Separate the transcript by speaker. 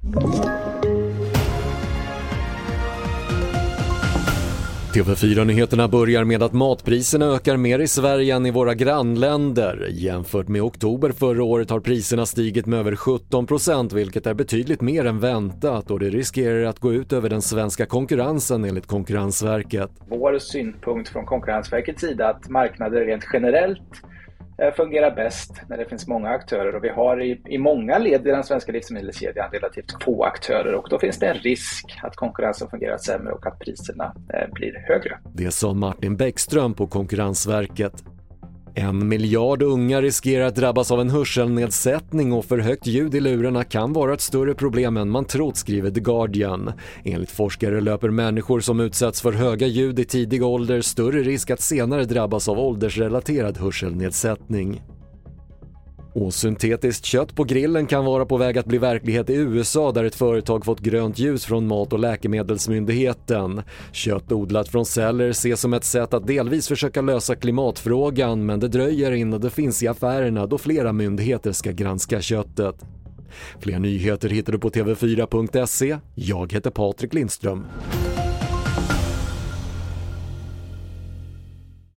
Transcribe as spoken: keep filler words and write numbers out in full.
Speaker 1: T V fyra-nyheterna börjar med att matpriserna ökar mer i Sverige än i våra grannländer. Jämfört med oktober förra året har priserna stigit med över sjutton procent, vilket är betydligt mer än väntat, och det riskerar att gå ut över den svenska konkurrensen enligt Konkurrensverket.
Speaker 2: Vår synpunkt från Konkurrensverkets sida att marknader rent generellt fungerar bäst när det finns många aktörer, och vi har i, i många led i den svenska livsmedelskedjan relativt få aktörer, och då finns det en risk att konkurrensen fungerar sämre och att priserna eh, blir högre.
Speaker 1: Det sa Martin Bäckström på Konkurrensverket. En miljard unga riskerar att drabbas av en hörselnedsättning, och för högt ljud i lurarna kan vara ett större problem än man trott, skriver The Guardian. Enligt forskare löper människor som utsätts för höga ljud i tidig ålder större risk att senare drabbas av åldersrelaterad hörselnedsättning. Och syntetiskt kött på grillen kan vara på väg att bli verklighet i U S A, där ett företag fått grönt ljus från Mat- och läkemedelsmyndigheten. Kött odlat från celler ses som ett sätt att delvis försöka lösa klimatfrågan, men det dröjer innan det finns i affärerna då flera myndigheter ska granska köttet. Fler nyheter hittar du på t v fyra punkt se. Jag heter Patrik Lindström.